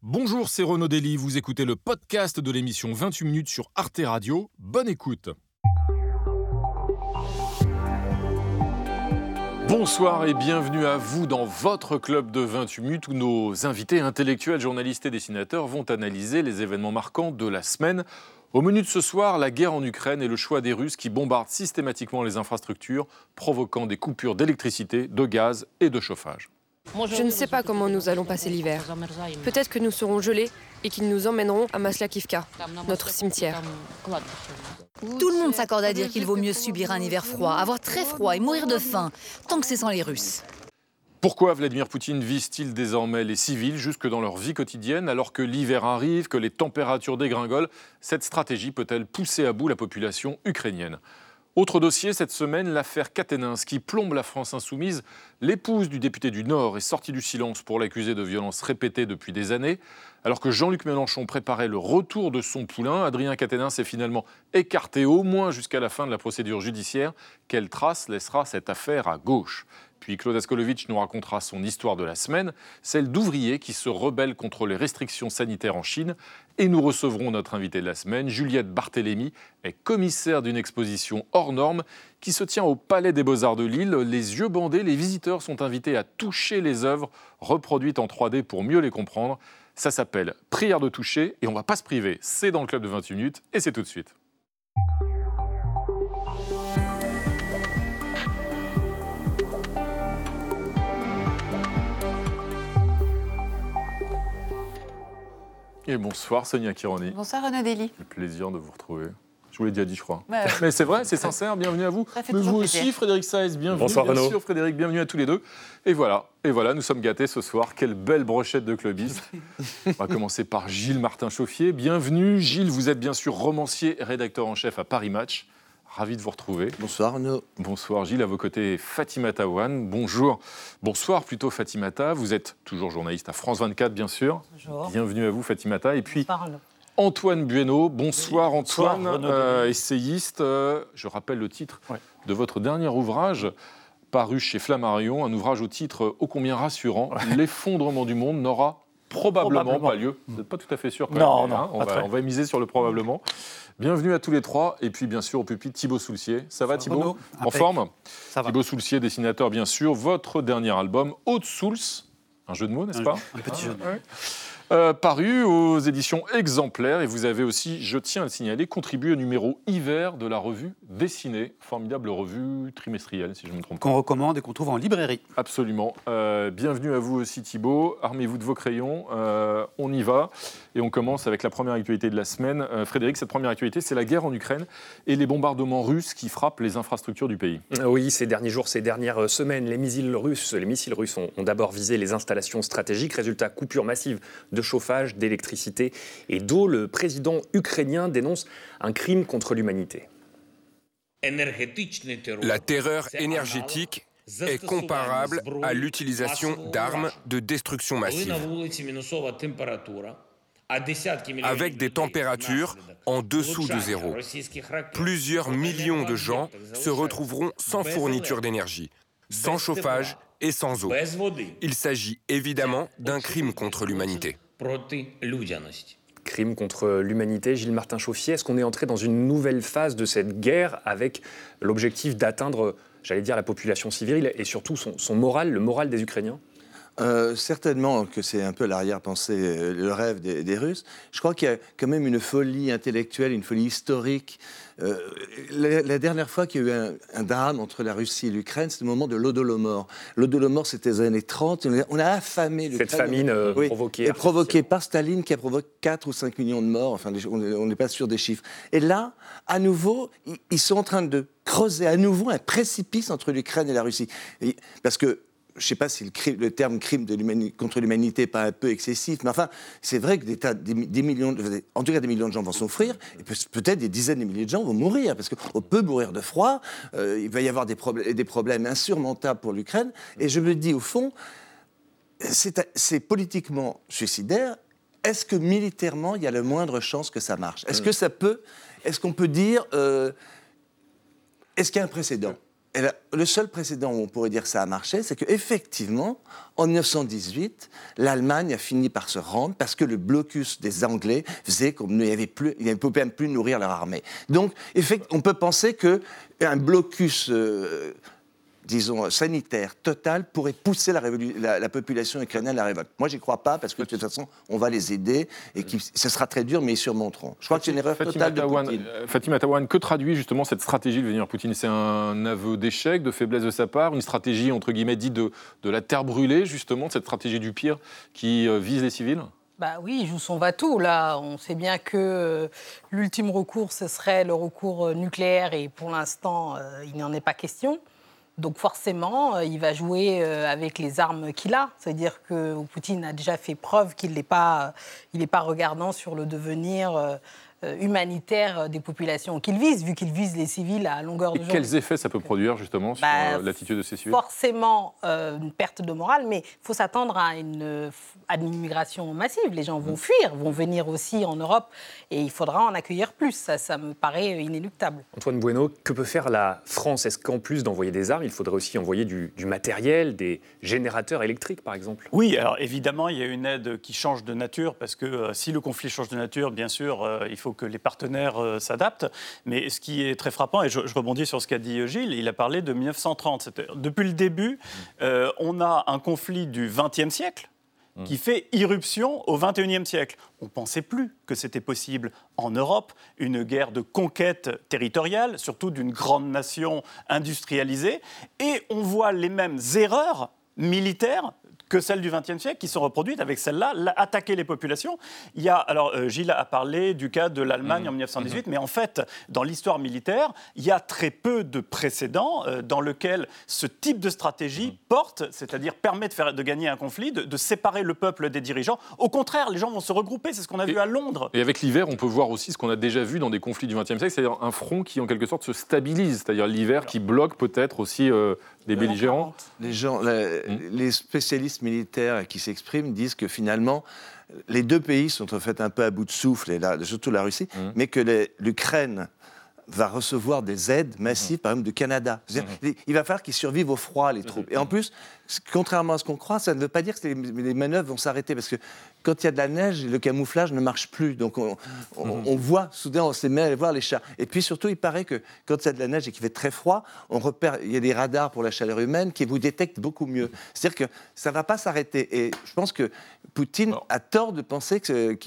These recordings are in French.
Bonjour, c'est Renaud Dely, vous écoutez le podcast de l'émission 28 minutes sur Arte Radio. Bonne écoute. Bonsoir et bienvenue à vous dans votre club de 28 minutes où nos invités intellectuels, journalistes et dessinateurs vont analyser les événements marquants de la semaine. Au menu de ce soir, la guerre en Ukraine et le choix des Russes qui bombardent systématiquement les infrastructures, provoquant des coupures d'électricité, de gaz et de chauffage. Je ne sais pas comment nous allons passer l'hiver. Peut-être que nous serons gelés et qu'ils nous emmèneront à Maslakivka, notre cimetière. Tout le monde s'accorde à dire qu'il vaut mieux subir un hiver froid, avoir très froid et mourir de faim, tant que c'est sans les Russes. Pourquoi Vladimir Poutine vise-t-il désormais les civils jusque dans leur vie quotidienne alors que l'hiver arrive, que les températures dégringolent? Cette stratégie peut-elle pousser à bout la population ukrainienne? Autre dossier cette semaine, l'affaire Katynins qui plombe la France insoumise. L'épouse du député du Nord est sortie du silence pour l'accuser de violences répétées depuis des années. Alors que Jean-Luc Mélenchon préparait le retour de son poulain, Adrien Katynins est finalement écarté au moins jusqu'à la fin de la procédure judiciaire. Quelle trace laissera cette affaire à gauche ? Puis Claude Askolovitch nous racontera son histoire de la semaine, celle d'ouvriers qui se rebellent contre les restrictions sanitaires en Chine. Et nous recevrons notre invitée de la semaine, Juliette Barthélémy, est commissaire d'une exposition hors norme qui se tient au Palais des Beaux-Arts de Lille. Les yeux bandés, les visiteurs sont invités à toucher les œuvres reproduites en 3D pour mieux les comprendre. Ça s'appelle Prière de toucher et on ne va pas se priver. C'est dans le club de 28 minutes et c'est tout de suite. Et bonsoir Sonia Kironi. Bonsoir Renaud Dely. Le plaisir de vous retrouver. Je vous l'ai déjà dit, je crois. Mais c'est vrai, c'est sincère, bienvenue à vous. fait Mais toujours vous plaisir. aussi, Frédéric Saez, bienvenue. Bonsoir bien Renaud. sûr, Frédéric, bienvenue à tous les deux. Et voilà, nous sommes gâtés ce soir. Quelle belle brochette de clubistes. On va commencer par Gilles Martin-Chauffier. Bienvenue. Gilles, vous êtes bien sûr romancier et rédacteur en chef à Paris Match. Ravi de vous retrouver. Bonsoir Renaud. Bonsoir Gilles, à vos côtés Fatimata Ouane. Bonjour. Bonsoir plutôt Fatimata. Vous êtes toujours journaliste à France 24 bien sûr. Bonjour. Bienvenue à vous Fatimata. Et puis Bonsoir, Renaud. Antoine Bueno. Bonsoir Antoine, Bonsoir, Renaud. essayiste. Je rappelle le titre de votre dernier ouvrage paru chez Flammarion, un ouvrage au titre ô combien rassurant. L'effondrement du monde n'aura probablement pas lieu. Vous n'êtes pas tout à fait sûr quand Non, même. non, On va miser sur le probablement. Bienvenue à tous les trois. Et puis, bien sûr, au pupitre, Thibaut Soulcier. Ça va, Thibaut? Renaud. En forme? Ça va. Thibaut Soulcier, dessinateur, bien sûr. Votre dernier album, Haute Souls. Un jeu de mots, n'est-ce pas? Un petit jeu de mots. Paru aux éditions Exemplaires. Et vous avez aussi, je tiens à le signaler, contribué au numéro hiver de la revue Dessinée. Formidable revue trimestrielle, si je ne me trompe pas. Qu'on recommande et qu'on trouve en librairie. Absolument. Bienvenue à vous aussi Thibaut. Armez-vous de vos crayons. On y va. Et on commence avec la première actualité de la semaine. Frédéric, cette première actualité, c'est la guerre en Ukraine et les bombardements russes qui frappent les infrastructures du pays. Oui, ces derniers jours, ces dernières semaines, les missiles russes ont d'abord visé les installations stratégiques. Résultat, coupure massive de chauffage, d'électricité et d'eau. Le président ukrainien dénonce un crime contre l'humanité. La terreur énergétique est comparable à l'utilisation d'armes de destruction massive, avec des températures en dessous de zéro. Plusieurs millions de gens se retrouveront sans fourniture d'énergie, sans chauffage et sans eau. Il s'agit évidemment d'un crime contre l'humanité. Crime contre l'humanité, Gilles Martin-Chauffier, est-ce qu'on est entré dans une nouvelle phase de cette guerre avec l'objectif d'atteindre, j'allais dire, la population civile et surtout son moral, le moral des Ukrainiens ? Certainement que c'est un peu l'arrière-pensée, le rêve des Russes. Je crois qu'il y a quand même une folie intellectuelle, une folie historique. La dernière fois qu'il y a eu un drame entre la Russie et l'Ukraine, c'était au moment de l'Holodomor. L'Holodomor, c'était les années 30. On a affamé l'Ukraine. Cette famine provoquée par Staline qui a provoqué 4 ou 5 millions de morts. Enfin, on n'est pas sûr des chiffres. Et là, à nouveau, ils sont en train de creuser à nouveau un précipice entre l'Ukraine et la Russie. Parce que je ne sais pas si le terme crime contre l'humanité n'est pas un peu excessif, mais enfin, c'est vrai que des millions de gens vont souffrir, et peut-être des dizaines de milliers de gens vont mourir, parce qu'on peut mourir de froid, il va y avoir des problèmes insurmontables pour l'Ukraine, et je me dis, au fond, c'est politiquement suicidaire. Est-ce que militairement, il y a la moindre chance que ça marche ? Est-ce qu'on peut dire... est-ce qu'il y a un précédent ? Et là, le seul précédent où on pourrait dire que ça a marché, c'est qu'effectivement, en 1918, l'Allemagne a fini par se rendre parce que le blocus des Anglais faisait qu'ils ne pouvaient même plus nourrir leur armée. Donc, on peut penser qu'un blocus disons, sanitaire total pourrait pousser la population ukrainienne à la révolte. Moi, j'y crois pas, parce que de toute façon, on va les aider, et ce sera très dur, mais ils surmonteront. Je crois que c'est une erreur totale de Poutine. Fatima Taouane, que traduit justement cette stratégie de Vladimir Poutine? C'est un aveu d'échec, de faiblesse de sa part, une stratégie, entre guillemets, dite de la terre brûlée, justement, cette stratégie du pire qui vise les civils? Bah oui, il joue son va-tout. Là, on sait bien que l'ultime recours, ce serait le recours nucléaire, et pour l'instant, il n'en est pas question. Donc forcément, il va jouer avec les armes qu'il a. C'est-à-dire que Poutine a déjà fait preuve qu'il n'est pas regardant sur le devenir humanitaire des populations qu'il vise, vu qu'il vise les civils à longueur de journée. Quels effets ça peut produire justement sur l'attitude de ces civils? Forcément une perte de morale, mais il faut s'attendre à une immigration massive. Les gens vont fuir, vont venir aussi en Europe, et il faudra en accueillir plus. Ça me paraît inéluctable. Antoine Bueno, que peut faire la France? Est-ce qu'en plus d'envoyer des armes, il faudrait aussi envoyer du matériel, des générateurs électriques par exemple? Oui, alors évidemment, il y a une aide qui change de nature, parce que si le conflit change de nature, bien sûr, il faut que les partenaires s'adaptent. Mais ce qui est très frappant, et je rebondis sur ce qu'a dit Gilles, il a parlé de 1930. Depuis le début, on a un conflit du XXe siècle qui fait irruption au XXIe siècle. On ne pensait plus que c'était possible en Europe, une guerre de conquête territoriale, surtout d'une grande nation industrialisée, et on voit les mêmes erreurs militaires que celles du XXe siècle qui sont reproduites avec celle-là, attaquer les populations. Il y a, alors Gilles a parlé du cas de l'Allemagne en 1918, mais en fait, dans l'histoire militaire, il y a très peu de précédents dans lesquels ce type de stratégie porte, c'est-à-dire permet de gagner un conflit, de séparer le peuple des dirigeants. Au contraire, les gens vont se regrouper, c'est ce qu'on a vu à Londres. Et avec l'hiver, on peut voir aussi ce qu'on a déjà vu dans des conflits du XXe siècle, c'est-à-dire un front qui en quelque sorte se stabilise, c'est-à-dire l'hiver qui bloque peut-être aussi des belligérants. Les spécialistes militaires qui s'expriment disent que finalement, les deux pays sont en fait un peu à bout de souffle, et surtout la Russie, mais que l'Ukraine va recevoir des aides massives, par exemple, du Canada. Il va falloir qu'ils survivent au froid, les troupes. Et en plus, contrairement à ce qu'on croit, ça ne veut pas dire que les manœuvres vont s'arrêter, parce que quand il y a de la neige, le camouflage ne marche plus. Donc on voit, soudain, on se met à voir les chars. Et puis surtout, il paraît que quand il y a de la neige et qu'il fait très froid, il y a des radars pour la chaleur humaine qui vous détectent beaucoup mieux. C'est-à-dire que ça ne va pas s'arrêter. Et je pense que Poutine a tort de penser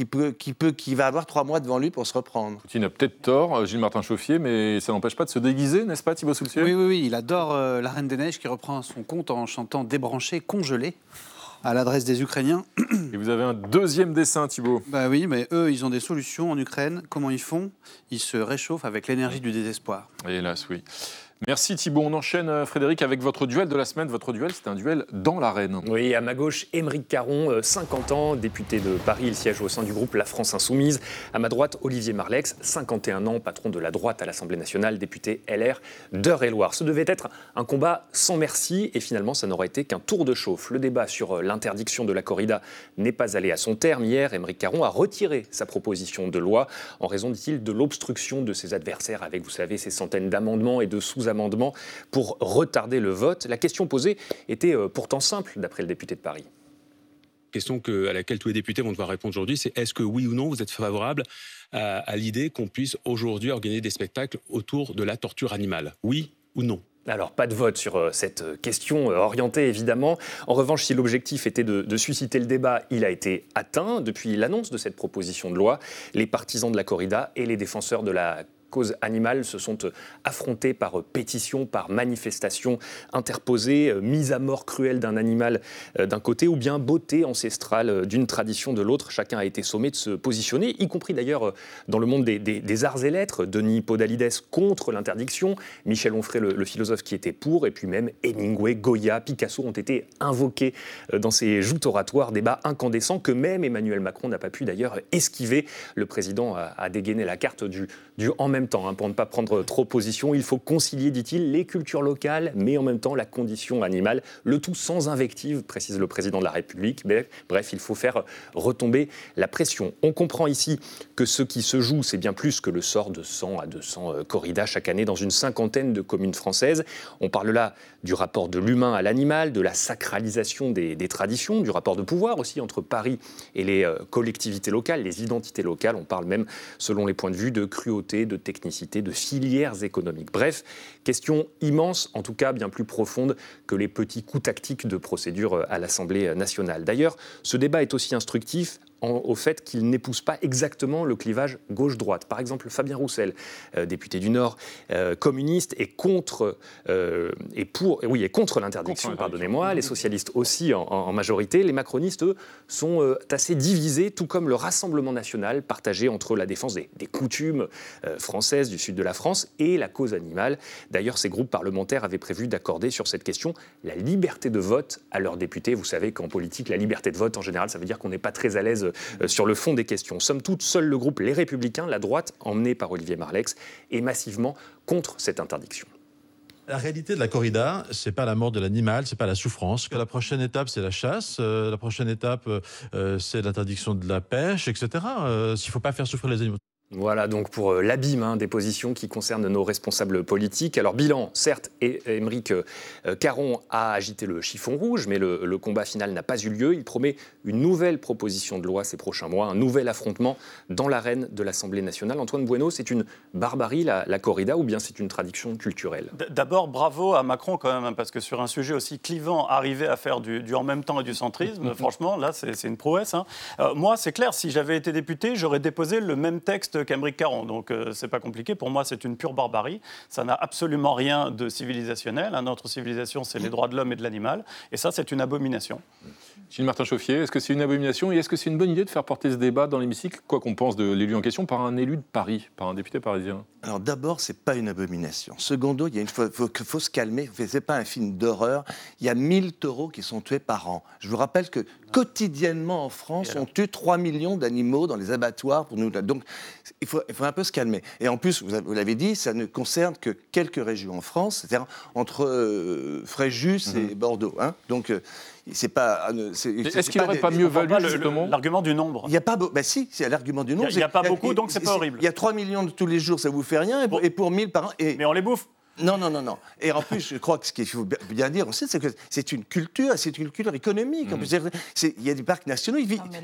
qu'il va avoir 3 mois devant lui pour se reprendre. Poutine a peut-être tort, Gilles Martin-Chauffier, mais ça n'empêche pas de se déguiser, n'est-ce pas, Thibaut Soultier? Oui, il adore la Reine des Neiges qui reprend son compte en chantant « Débranché, congelé » à l'adresse des Ukrainiens. Et vous avez un deuxième dessin, Thibaut. Bah oui, mais eux, ils ont des solutions en Ukraine. Comment ils font? Ils se réchauffent avec l'énergie du désespoir. Hélas, oui. Merci Thibaut. On enchaîne, Frédéric, avec votre duel de la semaine. Votre duel, c'est un duel dans l'arène. Oui, à ma gauche, Aymeric Caron, 50 ans, député de Paris. Il siège au sein du groupe La France Insoumise. À ma droite, Olivier Marleix, 51 ans, patron de la droite à l'Assemblée nationale, député LR d'Eure-et-Loire. Ce devait être un combat sans merci, et finalement, ça n'aurait été qu'un tour de chauffe. Le débat sur l'interdiction de la corrida n'est pas allé à son terme. Hier, Aymeric Caron a retiré sa proposition de loi en raison, dit-il, de l'obstruction de ses adversaires avec, vous savez, ces centaines d'amendements et de sous-amendements pour retarder le vote. La question posée était pourtant simple, d'après le député de Paris. La question à laquelle tous les députés vont devoir répondre aujourd'hui, c'est est-ce que oui ou non vous êtes favorable à l'idée qu'on puisse aujourd'hui organiser des spectacles autour de la torture animale? Oui ou non? Alors, pas de vote sur cette question orientée, évidemment. En revanche, si l'objectif était de susciter le débat, il a été atteint. Depuis l'annonce de cette proposition de loi, les partisans de la corrida et les défenseurs de la cause animale se sont affrontés par pétition, par manifestation interposée, mise à mort cruelle d'un animal d'un côté, ou bien beauté ancestrale d'une tradition de l'autre. Chacun a été sommé de se positionner, y compris d'ailleurs dans le monde des arts et lettres. Denis Podalides contre l'interdiction, Michel Onfray, le philosophe, qui était pour, et puis même Hemingway, Goya, Picasso ont été invoqués dans ces joutes oratoires, débat incandescent que même Emmanuel Macron n'a pas pu d'ailleurs esquiver. Le président a dégainé la carte du « en même même temps, pour ne pas prendre trop position. Il faut concilier, dit-il, les cultures locales, mais en même temps la condition animale. Le tout sans invective, précise le président de la République. Mais, bref, il faut faire retomber la pression. On comprend ici que ce qui se joue, c'est bien plus que le sort de 100 à 200 corridas chaque année dans une cinquantaine de communes françaises. On parle là du rapport de l'humain à l'animal, de la sacralisation des traditions, du rapport de pouvoir aussi entre Paris et les collectivités locales, les identités locales. On parle même, selon les points de vue, de cruauté, de technicité, de filières économiques. Bref, question immense, en tout cas bien plus profonde que les petits coups tactiques de procédure à l'Assemblée nationale. D'ailleurs, ce débat est aussi instructif au fait qu'il n'épouse pas exactement le clivage gauche-droite. Par exemple, Fabien Roussel, député du Nord, communiste, est contre l'interdiction, pardonnez-moi. Les socialistes aussi en majorité. Les macronistes, eux, sont assez divisés, tout comme le Rassemblement national, partagé entre la défense des coutumes françaises du sud de la France et la cause animale. D'ailleurs, ces groupes parlementaires avaient prévu d'accorder sur cette question la liberté de vote à leurs députés. Vous savez qu'en politique, la liberté de vote, en général, ça veut dire qu'on n'est pas très à l'aise sur le fond des questions. Somme toute, seul le groupe Les Républicains, la droite, emmené par Olivier Marleix, est massivement contre cette interdiction. La réalité de la corrida, c'est pas la mort de l'animal, c'est pas la souffrance. La prochaine étape, c'est la chasse. La prochaine étape, c'est l'interdiction de la pêche, etc. S'il faut pas faire souffrir les animaux. Voilà donc pour l'abîme des positions qui concernent nos responsables politiques. Alors bilan, certes, Aymeric Caron a agité le chiffon rouge, mais le combat final n'a pas eu lieu. Il promet une nouvelle proposition de loi ces prochains mois, un nouvel affrontement dans l'arène de l'Assemblée nationale. Antoine Bueno, c'est une barbarie la corrida ou bien c'est une tradition culturelle ? D'abord, bravo à Macron quand même, parce que sur un sujet aussi clivant, arriver à faire du en même temps et du centrisme, franchement, là, c'est une prouesse. Moi, c'est clair, si j'avais été député, j'aurais déposé le même texte qu'Aymeric Caron. Donc, c'est pas compliqué. Pour moi, c'est une pure barbarie. Ça n'a absolument rien de civilisationnel. Notre civilisation, c'est les droits de l'homme et de l'animal. Et ça, c'est une abomination. Gilles Martin-Chauffier, est-ce que c'est une abomination et est-ce que c'est une bonne idée de faire porter ce débat dans l'hémicycle, quoi qu'on pense de l'élu en question, par un élu de Paris, par un député parisien ? Alors d'abord, c'est pas une abomination. Secondo, il faut se calmer. C'est pas un film d'horreur. Il y a 1000 taureaux qui sont tués par an. Je vous rappelle que quotidiennement en France, on tue 3 millions d'animaux dans les abattoirs pour nous. Donc il faut un peu se calmer. Et en plus, vous l'avez dit, ça ne concerne que quelques régions en France, c'est-à-dire entre Fréjus et Bordeaux. Donc c'est pas. Est-ce qu'il n'aurait pas mieux valu justement l'argument du nombre ? Il n'y a pas. Si, c'est l'argument du nombre. Il n'y a pas beaucoup, donc c'est pas horrible. Il y a 3 millions de tous les jours, ça vous fait rien, et pour 1000 par an. Mais on les bouffe. Non. Et en plus, je crois que ce qu'il faut bien dire aussi, c'est que c'est une culture économique. En plus, il y a des parcs nationaux,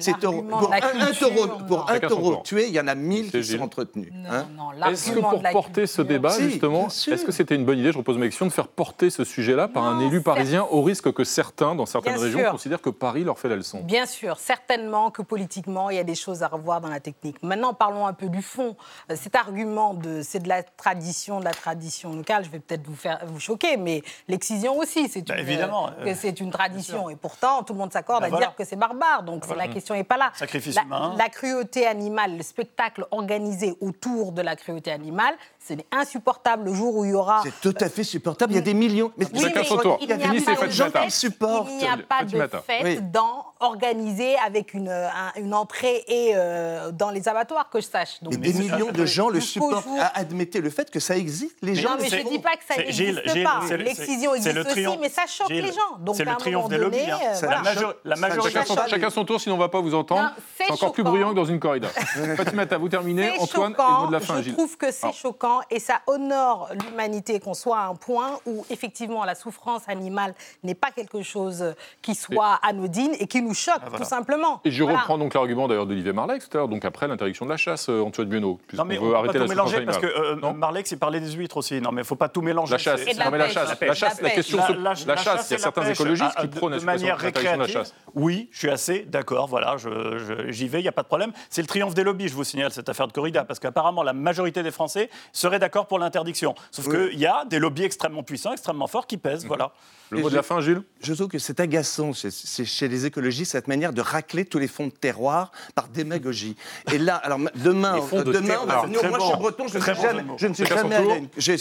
pour un taureau tué, il y en a 1000 qui sont entretenus. Est-ce que pour porter ce débat, justement, est-ce que c'était une bonne idée, je repose ma question, de faire porter ce sujet-là par un élu parisien, au risque que certains, dans certaines régions, considèrent que Paris leur fait la leçon ? Bien sûr, certainement que politiquement, il y a des choses à revoir dans la technique. Maintenant, parlons un peu du fond. Cet argument c'est de la tradition locale, je vais peut-être vous choquer, mais l'excision aussi, c'est une tradition. Et pourtant, tout le monde s'accorde à dire que c'est barbare. Donc, la question n'est pas là. Sacrifice humain. La cruauté animale, le spectacle organisé autour de la cruauté animale, c'est insupportable le jour où il y aura... C'est tout à fait supportable. Il y a des millions... Mais chacun son tour. Il n'y a pas de fête organisée avec une entrée et dans les abattoirs, que je sache. Donc, des millions de gens le supportent. Admettez le fait que ça existe. Les gens... Non, mais je ne dis pas que ça n'existe pas. L'excision existe aussi, mais ça choque les gens. Donc, c'est le triomphe des lobbies. La majorité... Chacun son tour, sinon on ne va pas vous entendre. C'est encore plus bruyant que dans une corrida. Fatimata, vous terminez. Antoine, et le mot de la fin, Gilles. Je trouve que c'est choquant et ça honore l'humanité qu'on soit à un point où, effectivement, la souffrance animale n'est pas quelque chose qui soit anodine et qui nous choque, tout simplement. Et je reprends donc l'argument d'ailleurs d'Olivier Marleix, donc après l'interdiction de la chasse, Antoine Bueno, puisqu'on veut arrêter la souffrance animale. Parce que Marleix, il parlait des huîtres aussi. Non, mais il ne faut pas tout mélanger. La chasse, la question, la chasse, il y a certains écologistes qui prônent de manière récréative. Oui, je suis assez d'accord, voilà, j'y vais, il n'y a pas de problème. C'est le triomphe des lobbies, je vous signale, cette affaire de corrida, parce qu'apparemment, la majorité des Français seraient d'accord pour l'interdiction. Sauf qu'il y a des lobbies extrêmement puissants, extrêmement forts qui pèsent, voilà. Le mot de la fin, Gilles ? Je trouve que c'est agaçant chez les écologistes, cette manière de racler tous les fonds de terroir par démagogie. Et là, alors demain, moi je suis breton, je ne suis jamais allé. J'ai allé à 2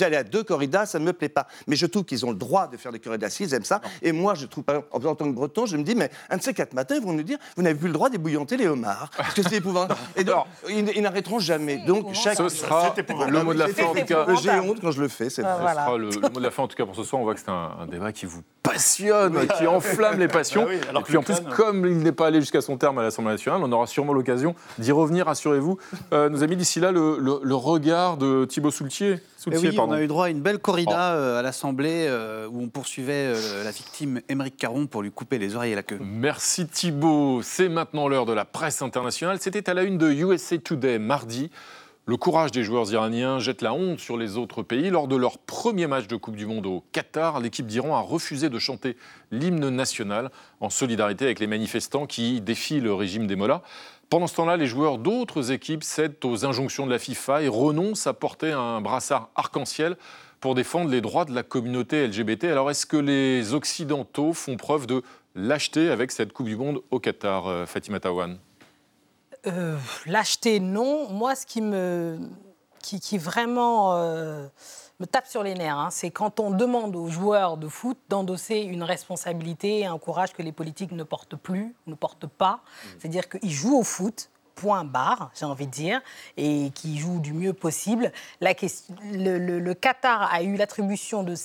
corrida, ça ne me plaît pas. Mais je trouve qu'ils ont le droit de faire des corridas s'ils aiment ça. Et moi, je trouve, par exemple, en tant que breton, je me dis, mais un de ces 4 matins, ils vont nous dire, vous n'avez plus le droit d'ébouillanter les homards. Parce que c'est épouvantable. Et donc, ils n'arrêteront jamais. Donc, ce sera le mot de la fin, en tout cas. J'ai honte quand je le fais. Ce sera le mot de la fin, en tout cas, pour ce soir. On voit que c'est un débat qui vous passionne, qui enflamme les passions. Et puis, en plus, comme il n'est pas allé jusqu'à son terme à l'Assemblée nationale, on aura sûrement l'occasion d'y revenir, rassurez-vous. Nos amis, d'ici là, le regard de Thibaut Soultier. On a eu droit à une belle corrida à l'Assemblée où on poursuivait la victime Émeric Caron pour lui couper les oreilles et la queue. Merci Thibaut. C'est maintenant l'heure de la presse internationale. C'était à la une de USA Today mardi. Le courage des joueurs iraniens jette la honte sur les autres pays. Lors de leur premier match de Coupe du Monde au Qatar, l'équipe d'Iran a refusé de chanter l'hymne national en solidarité avec les manifestants qui défient le régime des mollahs. Pendant ce temps-là, les joueurs d'autres équipes cèdent aux injonctions de la FIFA et renoncent à porter un brassard arc-en-ciel pour défendre les droits de la communauté LGBT. Alors, est-ce que les Occidentaux font preuve de lâcheté avec cette Coupe du Monde au Qatar, Fatima Taouane ? Lâcheté, non. Moi, ce qui vraiment me tape sur les nerfs, c'est quand on demande aux joueurs de foot d'endosser une responsabilité et un courage que les politiques ne portent plus, ne portent pas. C'est-à-dire qu'ils jouent au foot, point barre, j'ai envie de dire, et qui jouent du mieux possible. Le Qatar a eu l'attribution de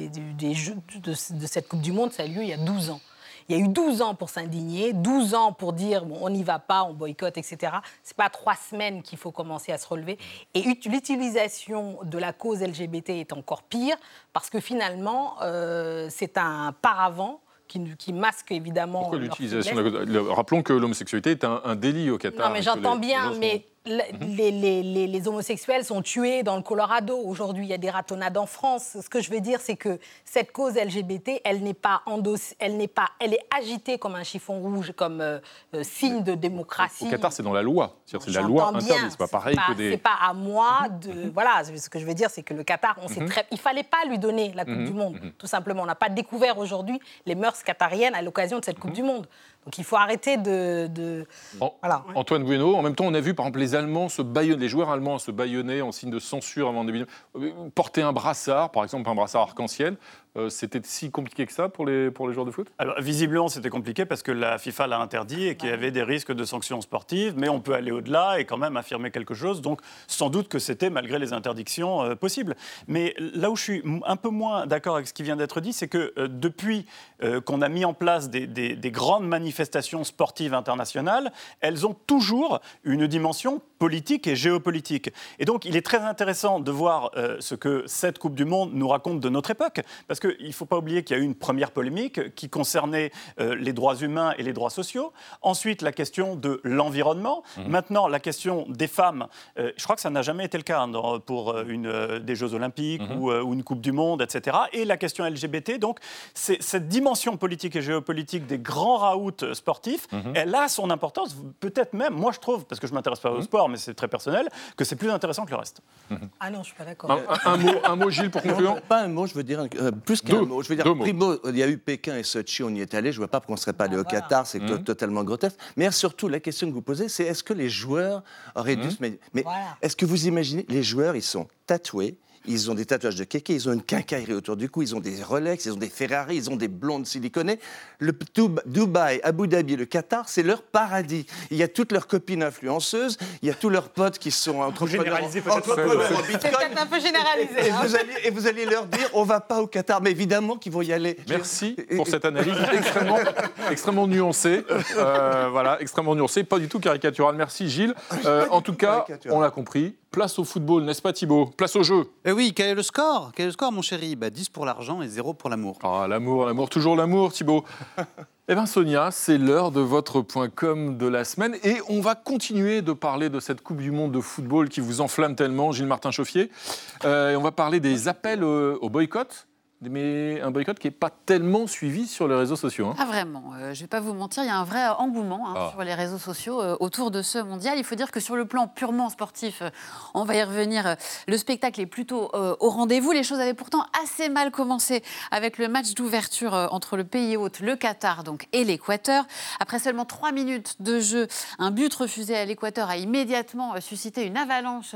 cette Coupe du Monde, ça a eu lieu il y a 12 ans. Il y a eu 12 ans pour s'indigner, 12 ans pour dire bon, on n'y va pas, on boycotte, etc. Ce n'est pas 3 semaines qu'il faut commencer à se relever. Et l'utilisation de la cause LGBT est encore pire parce que finalement, c'est un paravent qui masque évidemment. Pourquoi l'utilisation de la... Rappelons que l'homosexualité est un délit au Qatar. Non, mais j'entends bien, mais les homosexuels sont tués dans le Colorado. Aujourd'hui, il y a des ratonnades en France. Ce que je veux dire, c'est que cette cause LGBT, elle n'est pas endossée, elle est agitée comme un chiffon rouge, comme signe de démocratie. Au Qatar, c'est dans la loi. C'est la loi interdite. C'est pas pareil que des... C'est pas à moi de... Voilà, ce que je veux dire, c'est que le Qatar, on sait il fallait pas lui donner la Coupe du Monde, tout simplement. On n'a pas découvert aujourd'hui les mœurs qatariennes à l'occasion de cette Coupe du Monde. Donc il faut arrêter voilà. Antoine Bueno, en même temps, on a vu par exemple les joueurs allemands se bâillonner en signe de censure avant de porter un brassard, par exemple un brassard arc-en-ciel. C'était si compliqué que ça pour les joueurs de foot ? Alors, visiblement, c'était compliqué parce que la FIFA l'a interdit et qu'il y avait des risques de sanctions sportives, mais on peut aller au-delà et quand même affirmer quelque chose. Donc, sans doute que c'était malgré les interdictions possibles. Mais là où je suis un peu moins d'accord avec ce qui vient d'être dit, c'est que depuis qu'on a mis en place des grandes manifestations sportives internationales, elles ont toujours une dimension politique et géopolitique. Et donc, il est très intéressant de voir ce que cette Coupe du Monde nous raconte de notre époque, parce qu'il ne faut pas oublier qu'il y a eu une première polémique qui concernait les droits humains et les droits sociaux. Ensuite, la question de l'environnement. Maintenant, la question des femmes. Je crois que ça n'a jamais été le cas pour des Jeux Olympiques ou une Coupe du Monde, etc. Et la question LGBT. Donc, cette dimension politique et géopolitique des grands raouts sportifs, elle a son importance. Peut-être même, moi je trouve, parce que je ne m'intéresse pas au sport, mais c'est très personnel, que c'est plus intéressant que le reste. Ah non, je ne suis pas d'accord. Un mot, Gilles, pour conclure. Non, pas un mot, je veux dire... Plus qu'un mot. Je veux dire, primo, il y a eu Pékin et Sochi, on y est allé. Je ne vois pas pourquoi on ne serait pas allé au Qatar, c'est totalement grotesque. Mais surtout, la question que vous posez, c'est est-ce que les joueurs auraient dû se mettre... Mais est-ce que vous imaginez, les joueurs, ils sont tatoués, ils ont des tatouages de kéké, ils ont une quincaillerie autour du cou, ils ont des Rolex, ils ont des Ferrari, ils ont des blondes siliconées. Le Dubaï, Abu Dhabi, le Qatar, c'est leur paradis. Il y a toutes leurs copines influenceuses, il y a tous leurs potes qui sont entrepreneurs en Bitcoin. C'est peut-être un peu généralisé. Et vous allez leur dire, on ne va pas au Qatar, mais évidemment qu'ils vont y aller. Merci pour cette analyse extrêmement nuancée. Voilà, extrêmement nuancée, pas du tout caricaturale. Merci Gilles. En tout cas, on l'a compris. Place au football, n'est-ce pas Thibaut ? Place au jeu. Eh oui, quel est le score ? Mon chéri ? 10 pour l'argent et 0 pour l'amour. Ah, l'amour, toujours l'amour, Thibaut. Eh bien Sonia, c'est l'heure de votre point com de la semaine et on va continuer de parler de cette Coupe du Monde de football qui vous enflamme tellement, Gilles Martin-Chauffier. Et on va parler des appels au boycott mais un boycott qui n'est pas tellement suivi sur les réseaux sociaux. Ah vraiment, je ne vais pas vous mentir, il y a un vrai engouement sur les réseaux sociaux autour de ce mondial. Il faut dire que sur le plan purement sportif, on va y revenir, le spectacle est plutôt au rendez-vous. Les choses avaient pourtant assez mal commencé avec le match d'ouverture entre le pays hôte, le Qatar donc, et l'Équateur. Après seulement 3 minutes de jeu, un but refusé à l'Équateur a immédiatement suscité une avalanche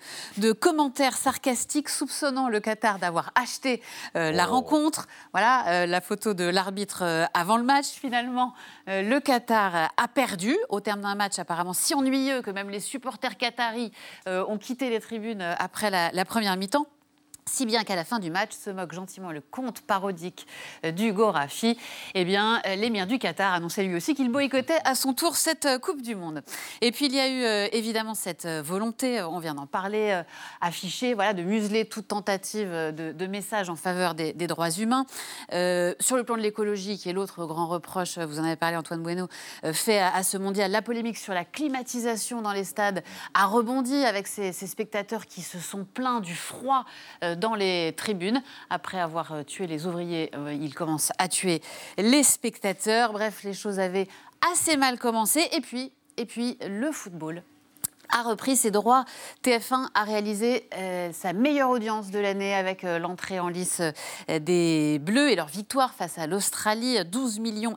de commentaires sarcastiques soupçonnant le Qatar d'avoir acheté la rencontre. Voilà, la photo de l'arbitre avant le match. Finalement, le Qatar a perdu au terme d'un match apparemment si ennuyeux que même les supporters qataris ont quitté les tribunes après la première mi-temps. Si bien qu'à la fin du match, se moque gentiment le conte parodique d'Hugo Raffi. Eh bien, l'émir du Qatar annonçait lui aussi qu'il boycottait à son tour cette Coupe du Monde. Et puis, il y a eu évidemment cette volonté, on vient d'en parler, affichée, voilà, de museler toute tentative de message en faveur des droits humains. Sur le plan de l'écologie, qui est l'autre grand reproche, vous en avez parlé Antoine Bueno, fait à ce mondial, la polémique sur la climatisation dans les stades a rebondi avec ces spectateurs qui se sont plaints du froid dans les tribunes. Après avoir tué les ouvriers, il commence à tuer les spectateurs. Bref, les choses avaient assez mal commencé. Et puis le football a repris ses droits. TF1 a réalisé sa meilleure audience de l'année avec l'entrée en lice des Bleus et leur victoire face à l'Australie. 12,5 millions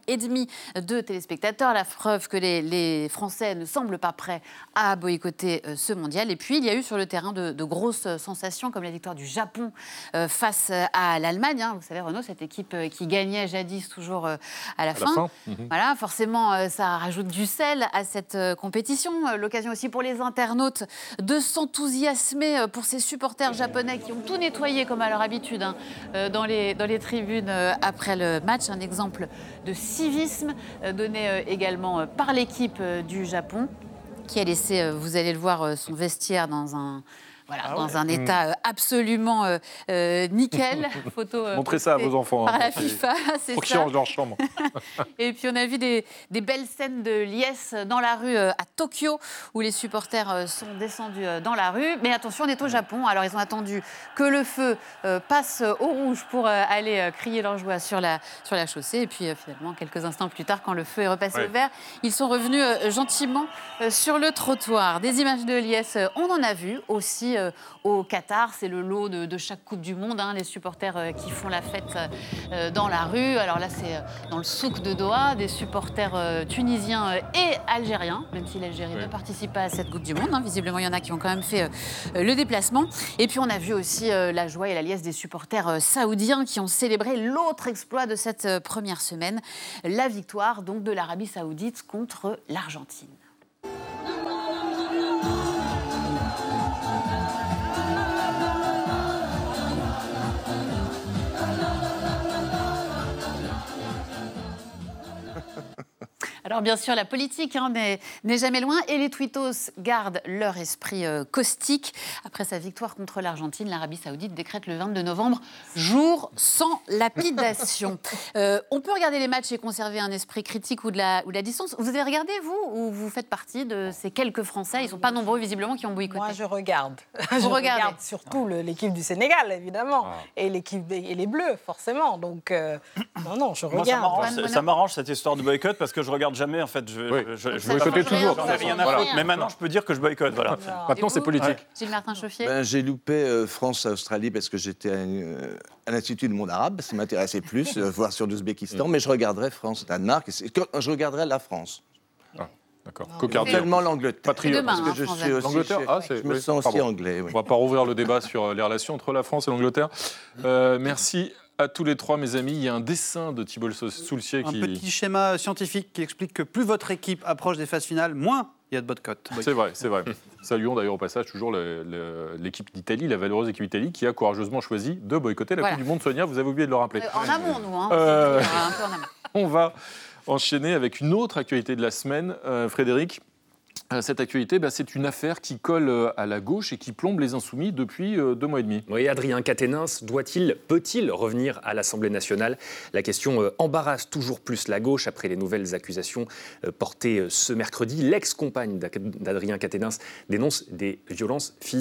de téléspectateurs. La preuve que les Français ne semblent pas prêts à boycotter ce mondial. Et puis, il y a eu sur le terrain de grosses sensations comme la victoire du Japon face à l'Allemagne. Vous savez, Renaud, cette équipe qui gagnait jadis toujours à la fin. Voilà, forcément, ça rajoute du sel à cette compétition. L'occasion aussi pour les internautes de s'enthousiasmer pour ces supporters japonais qui ont tout nettoyé comme à leur habitude dans les tribunes après le match. Un exemple de civisme donné également par l'équipe du Japon qui a laissé, vous allez le voir, son vestiaire dans un état absolument nickel. Photo montrez ça à vos enfants. Par la FIFA, c'est ça. Pour qu'ils rangent leur chambre. Et puis on a vu des belles scènes de liesse dans la rue à Tokyo, où les supporters sont descendus dans la rue. Mais attention, on est au Japon. Alors ils ont attendu que le feu passe au rouge pour aller crier leur joie sur la chaussée. Et puis finalement, quelques instants plus tard, quand le feu est repassé au vert, ils sont revenus gentiment sur le trottoir. Des images de liesse, on en a vu aussi au Qatar. C'est le lot de chaque Coupe du Monde, les supporters qui font la fête dans la rue. Alors là, c'est dans le souk de Doha, des supporters tunisiens et algériens, même si l'Algérie ne participe pas à cette Coupe du Monde. Visiblement, il y en a qui ont quand même fait le déplacement. Et puis, on a vu aussi la joie et la liesse des supporters saoudiens qui ont célébré l'autre exploit de cette première semaine, la victoire donc de l'Arabie saoudite contre l'Argentine. Alors bien sûr, la politique n'est jamais loin et les twittos gardent leur esprit caustique. Après sa victoire contre l'Argentine, l'Arabie saoudite décrète le 22 novembre jour sans lapidation. On peut regarder les matchs et conserver un esprit critique ou de la distance. Vous avez regardé, vous, ou vous faites partie de ces quelques Français, ils ne sont pas nombreux visiblement, qui ont boycotté? Moi, je regarde. Vous regardez regarde surtout l'équipe du Sénégal, évidemment, et les Bleus, forcément. Donc, non, je regarde. Moi, ça m'arrange cette histoire de boycott parce que je regarde jamais, en fait. Je boycottais toujours. J'en ai rien à foutre. Mais maintenant, je peux dire que je boycotte. Voilà. Maintenant, c'est politique. Gilles Martin Chauffier. J'ai loupé France-Australie parce que j'étais à l'Institut du monde arabe. Ça m'intéressait plus, voir sur l'Ouzbékistan. Mais je regarderai France-Danemark. Je regarderai la France. D'accord. Tellement l'Angleterre. Patriote. Demain, Parce que je suis aussi je me sens aussi anglais. Oui. On ne va pas rouvrir le débat sur les relations entre la France et l'Angleterre. Merci à tous les trois, mes amis. Il y a un dessin de Thibault Soulcier qui... Un petit schéma scientifique qui explique que plus votre équipe approche des phases finales, moins il y a de boycott. C'est vrai. Saluons d'ailleurs au passage toujours l'équipe d'Italie, la valeureuse équipe d'Italie, qui a courageusement choisi de boycotter la Coupe du Monde. Sonia, vous avez oublié de le rappeler. En amont, nous. Un peu en amont. On va enchaîner avec une autre actualité de la semaine. Frédéric, cette actualité, c'est une affaire qui colle à la gauche et qui plombe les Insoumis depuis 2 mois et demi. Oui, Adrien Quatennens peut-il revenir à l'Assemblée nationale? La question embarrasse toujours plus la gauche après les nouvelles accusations portées ce mercredi. L'ex-compagne d'Adrien Quatennens dénonce des violences physiques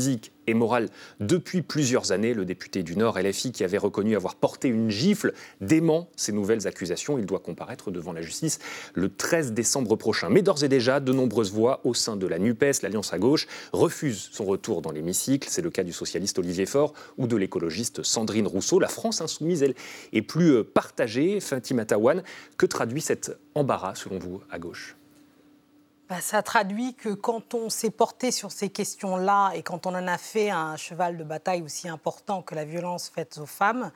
et morale depuis plusieurs années. Le député du Nord, LFI, qui avait reconnu avoir porté une gifle, dément ces nouvelles accusations. Il doit comparaître devant la justice le 13 décembre prochain. Mais d'ores et déjà, de nombreuses voix au sein de la NUPES, l'Alliance à gauche, refusent son retour dans l'hémicycle. C'est le cas du socialiste Olivier Faure ou de l'écologiste Sandrine Rousseau. La France insoumise, elle, est plus partagée. Fatima Tawane, que traduit cet embarras, selon vous, à gauche ? Ça traduit que quand on s'est porté sur ces questions-là et quand on en a fait un cheval de bataille aussi important que la violence faite aux femmes,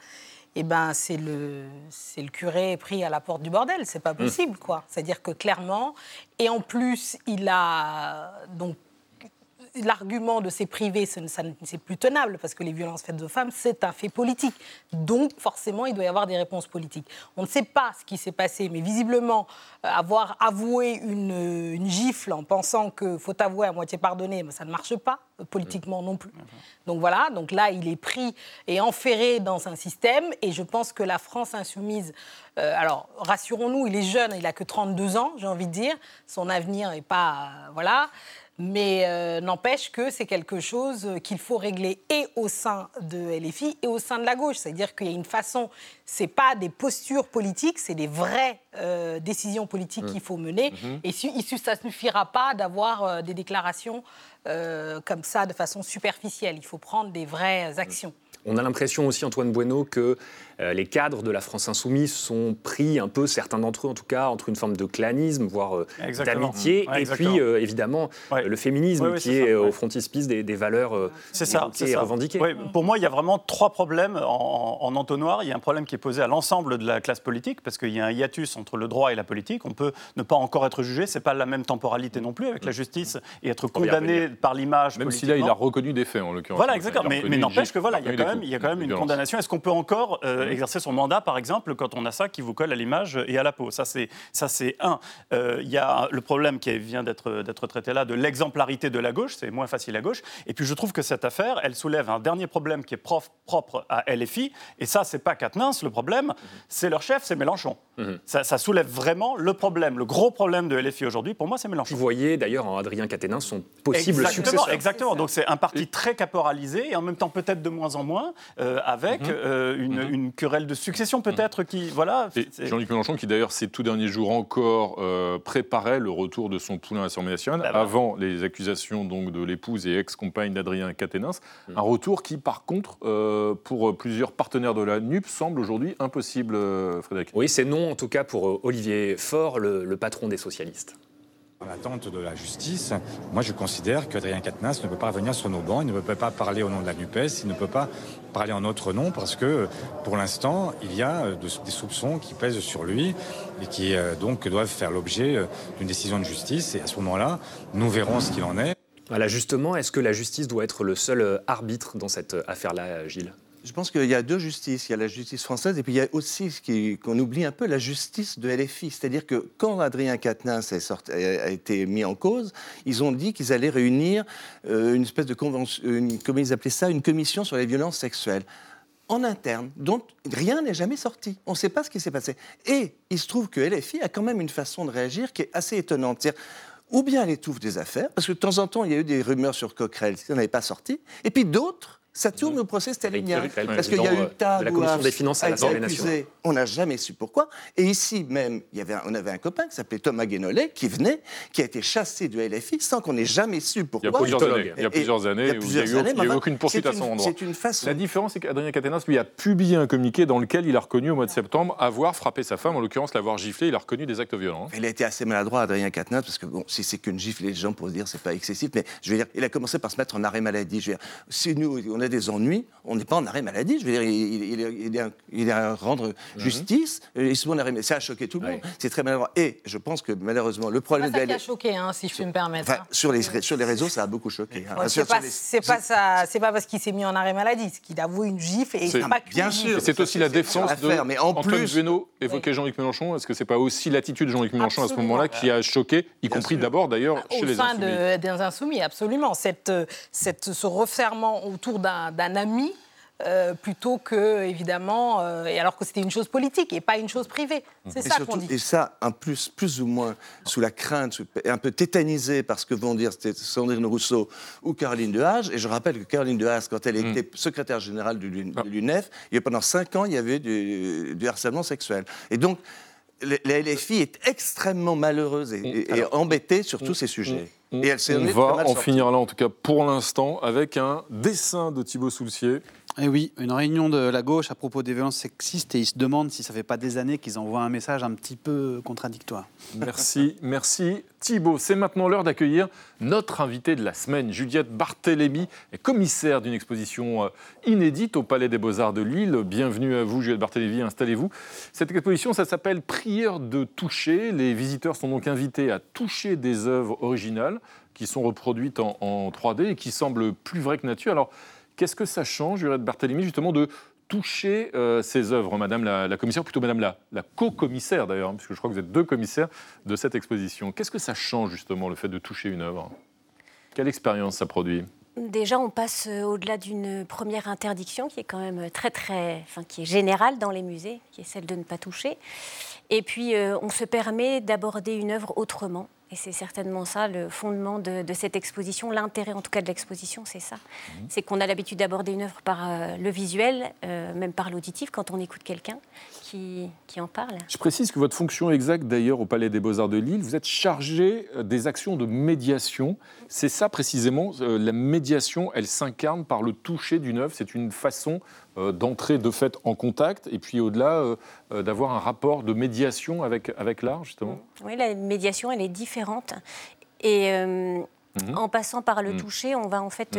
c'est le curé pris à la porte du bordel. C'est pas possible, quoi. C'est-à-dire que clairement, et en plus, il a donc l'argument de ces privés, c'est plus tenable parce que les violences faites aux femmes, c'est un fait politique. Donc, forcément, il doit y avoir des réponses politiques. On ne sait pas ce qui s'est passé, mais visiblement, avoir avoué une gifle en pensant qu'il faut avouer à moitié pardonner, ça ne marche pas, politiquement non plus. Donc voilà, donc là, il est pris et enferré dans un système et je pense que la France insoumise, alors rassurons-nous, il est jeune, il n'a que 32 ans, j'ai envie de dire, son avenir n'est pas... voilà. Mais n'empêche que c'est quelque chose qu'il faut régler et au sein de LFI et au sein de la gauche. C'est-à-dire qu'il y a une façon, c'est pas des postures politiques, c'est des vraies décisions politiques qu'il faut mener. Et ça ne suffira pas d'avoir des déclarations comme ça de façon superficielle. Il faut prendre des vraies actions. On a l'impression aussi, Antoine Bueno, que les cadres de la France insoumise sont pris un peu, certains d'entre eux en tout cas, entre une forme de clanisme, voire d'amitié, et puis évidemment le féminisme qui est au frontispice des valeurs revendiquées. Oui, pour moi, il y a vraiment trois problèmes en entonnoir. Il y a un problème qui est posé à l'ensemble de la classe politique, parce qu'il y a un hiatus entre le droit et la politique. On peut ne pas encore être jugé, c'est pas la même temporalité non plus avec la justice, et être condamné par l'image même si là, il a reconnu des faits, en l'occurrence. Voilà, exactement. Mais n'empêche que voilà, il y a quand même une condamnation. Est-ce qu'on peut encore exercer son mandat, par exemple, quand on a ça qui vous colle à l'image et à la peau? Ça, c'est un. Il y a le problème qui vient d'être traité là, de l'exemplarité de la gauche. C'est moins facile à gauche. Et puis, je trouve que cette affaire, elle soulève un dernier problème qui est propre à LFI. Et ça, c'est pas Quatennens, le problème. C'est leur chef, c'est Mélenchon. Ça soulève vraiment le problème. Le gros problème de LFI aujourd'hui, pour moi, c'est Mélenchon. Vous voyez, d'ailleurs, en Adrien Quatennens, son possible successeur. Exactement. Donc, c'est un parti très caporalisé et en même temps, peut-être de moins en moins, avec une querelle de succession peut-être qui... Voilà. Jean-Luc Mélenchon qui d'ailleurs ces tout derniers jours encore préparait le retour de son poulain à l'Assemblée nationale avant les accusations donc, de l'épouse et ex-compagne d'Adrien Quatennens. Un retour qui par contre pour plusieurs partenaires de la NUP semble aujourd'hui impossible, Frédéric. Oui, c'est non en tout cas pour Olivier Faure, le patron des socialistes. En attente de la justice, moi je considère qu'Adrien Quatennens ne peut pas revenir sur nos bancs, il ne peut pas parler au nom de la NUPES, il ne peut pas parler en notre nom parce que pour l'instant il y a des soupçons qui pèsent sur lui et qui donc doivent faire l'objet d'une décision de justice et à ce moment-là nous verrons ce qu'il en est. Voilà, justement, est-ce que la justice doit être le seul arbitre dans cette affaire-là, Gilles ? Je pense qu'il y a deux justices. Il y a la justice française et puis il y a aussi, qu'on oublie un peu, la justice de LFI. C'est-à-dire que quand Adrien Quatennens a été mis en cause, ils ont dit qu'ils allaient réunir une espèce de convention, comment ils appelaient ça, une commission sur les violences sexuelles en interne, dont rien n'est jamais sorti. On ne sait pas ce qui s'est passé. Et il se trouve que LFI a quand même une façon de réagir qui est assez étonnante. C'est-à-dire, ou bien elle étouffe des affaires, parce que de temps en temps, il y a eu des rumeurs sur Coquerel, ça n'avait pas sorti, et puis d'autres, ça tourne au procès stalinien. Parce qu'il y a eu tas de la Commission des finances à l'Assemblée nationale. On n'a jamais su pourquoi. Et ici même, on avait un copain qui s'appelait Thomas Guénollet, qui venait, qui a été chassé du LFI sans qu'on ait jamais su pourquoi. Il y a plusieurs années où il n'y a eu aucune poursuite à son endroit. C'est une façon. La différence, c'est qu'Adrien Quatennens, lui, a publié un communiqué dans lequel il a reconnu au mois de septembre avoir frappé sa femme, en l'occurrence l'avoir giflé, il a reconnu des actes violents. Il a été assez maladroit, Adrien Quatennens, parce que bon, si c'est qu'une gifle, les gens pourraient se dire c'est pas excessif, mais je veux dire, il a commencé par se mettre en arrêt maladie. Je veux dire, si nous, on a des ennuis, on n'est pas en arrêt maladie. Je veux dire, il est à rendre justice. Il se met en arrêt maladie. Ça a choqué tout le monde. C'est très maladroit. Et je pense que malheureusement, le problème de... C'est pas ça qui a choqué, si je peux me permettre. Enfin, sur les réseaux, ça a beaucoup choqué. C'est pas parce qu'il s'est mis en arrêt maladie, c'est qu'il avoue une gifle et c'est pas que... Bien sûr. C'est aussi la défense de... Mais en plus... Bueno évoquait Jean-Luc Mélenchon. Est-ce que c'est pas aussi l'attitude de Jean-Luc Mélenchon à ce moment-là qui a choqué, y compris d'abord d'ailleurs chez les Insoumis? Au sein des Insoumis, absolument. Ce resserrement autour d'un ami plutôt que, évidemment, et alors que c'était une chose politique et pas une chose privée. C'est ça qu'on dit. Et ça, plus ou moins sous la crainte, un peu tétanisé par ce que vont dire Sandrine Rousseau ou Caroline Dehaze. Et je rappelle que Caroline Dehaze, quand elle était secrétaire générale de l'UNEF, pendant 5 ans, il y avait du harcèlement sexuel. Et donc, la LFI est extrêmement malheureuse et embêtée sur tous ces sujets. Et elle On va en finir là, en tout cas pour l'instant, avec un dessin de Thibaut Soulcier. Et oui, une réunion de la gauche à propos des violences sexistes et ils se demandent si ça ne fait pas des années qu'ils envoient un message un petit peu contradictoire. Merci Thibaut. C'est maintenant l'heure d'accueillir notre invitée de la semaine. Juliette Barthélémy est commissaire d'une exposition inédite au Palais des Beaux-Arts de Lille. Bienvenue à vous Juliette Barthélémy, installez-vous. Cette exposition, ça s'appelle Prière de toucher. Les visiteurs sont donc invités à toucher des œuvres originales qui sont reproduites en 3D et qui semblent plus vraies que nature. Alors, qu'est-ce que ça change, Juliette Barthélémy, justement, de toucher ces œuvres, Madame la commissaire, plutôt Madame la co-commissaire d'ailleurs, puisque je crois que vous êtes 2 commissaires de cette exposition. Qu'est-ce que ça change, justement, le fait de toucher une œuvre? Quelle expérience ça produit? Déjà, on passe au-delà d'une première interdiction qui est quand même qui est générale dans les musées, qui est celle de ne pas toucher. Et puis, on se permet d'aborder une œuvre autrement. Et c'est certainement ça le fondement de cette exposition, l'intérêt en tout cas de l'exposition, c'est ça. C'est qu'on a l'habitude d'aborder une œuvre par le visuel, même par l'auditif, quand on écoute quelqu'un qui en parle. Je précise que votre fonction exacte d'ailleurs au Palais des Beaux-Arts de Lille, vous êtes chargé des actions de médiation. C'est ça précisément, la médiation, elle s'incarne par le toucher d'une œuvre. C'est une façon d'entrer de fait en contact et puis au-delà d'avoir un rapport de médiation avec l'art justement. Oui, la médiation elle est différente et en passant par le toucher on va en fait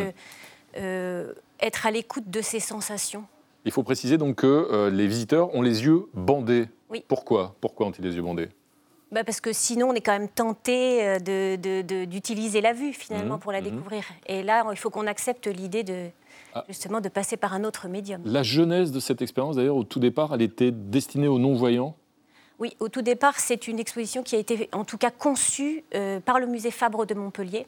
être à l'écoute de ses sensations. Il faut préciser donc que les visiteurs ont les yeux bandés. Oui. Pourquoi ont-ils les yeux bandés? Parce que sinon, on est quand même tenté d'utiliser la vue, finalement, pour la découvrir. Et là, il faut qu'on accepte l'idée justement de passer par un autre médium. La genèse de cette expérience, d'ailleurs, au tout départ, elle était destinée aux non-voyants? Oui, au tout départ, c'est une exposition qui a été, en tout cas, conçue par le musée Fabre de Montpellier.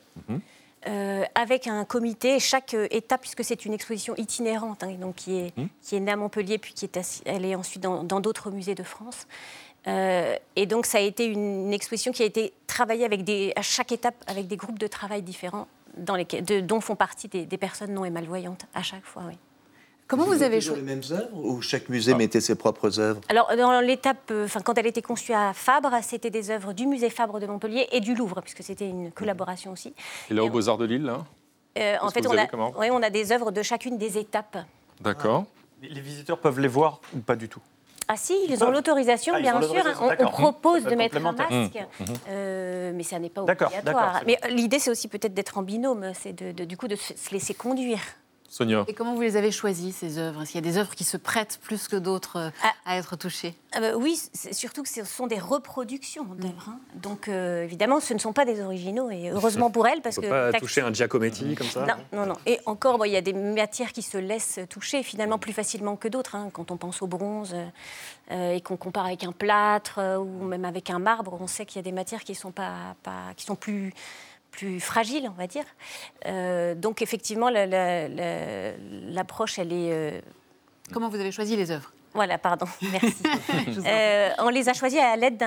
Avec un comité, chaque étape, puisque c'est une exposition itinérante, donc qui est née à Montpellier, puis elle est ensuite dans d'autres musées de France. Et donc, ça a été une exposition qui a été travaillée à chaque étape avec des groupes de travail différents, dont font partie des personnes non et malvoyantes à chaque fois. Oui. Comment vous avez choisi les mêmes œuvres ou chaque musée mettait ses propres œuvres? Alors, dans l'étape, quand elle était conçue à Fabre, c'était des œuvres du musée Fabre de Montpellier et du Louvre, puisque c'était une collaboration aussi. Et là, aux Beaux-Arts de Lille, là en fait, on a des œuvres de chacune des étapes. D'accord. Les visiteurs peuvent les voir ou pas du tout? Ah si, ils ont l'autorisation, bien sûr. On propose de mettre un masque, mais ça n'est pas obligatoire. Mais l'idée, c'est aussi peut-être d'être en binôme, c'est du coup de se laisser conduire. Sonia. Et comment vous les avez choisies, ces œuvres? Est-ce qu'il y a des œuvres qui se prêtent plus que d'autres à être touchées? Oui, surtout que ce sont des reproductions d'œuvres. Donc, évidemment, ce ne sont pas des originaux. Et heureusement pour elles, parce que... On ne peut pas toucher un Giacometti comme ça? Non. Et encore, il y a des matières qui se laissent toucher, finalement, plus facilement que d'autres. Quand on pense au bronze et qu'on compare avec un plâtre ou même avec un marbre, on sait qu'il y a des matières qui sont plus fragile, on va dire. Donc, effectivement, l'approche, elle est... Comment vous avez choisi les œuvres? Voilà, pardon, merci. On les a choisies à l'aide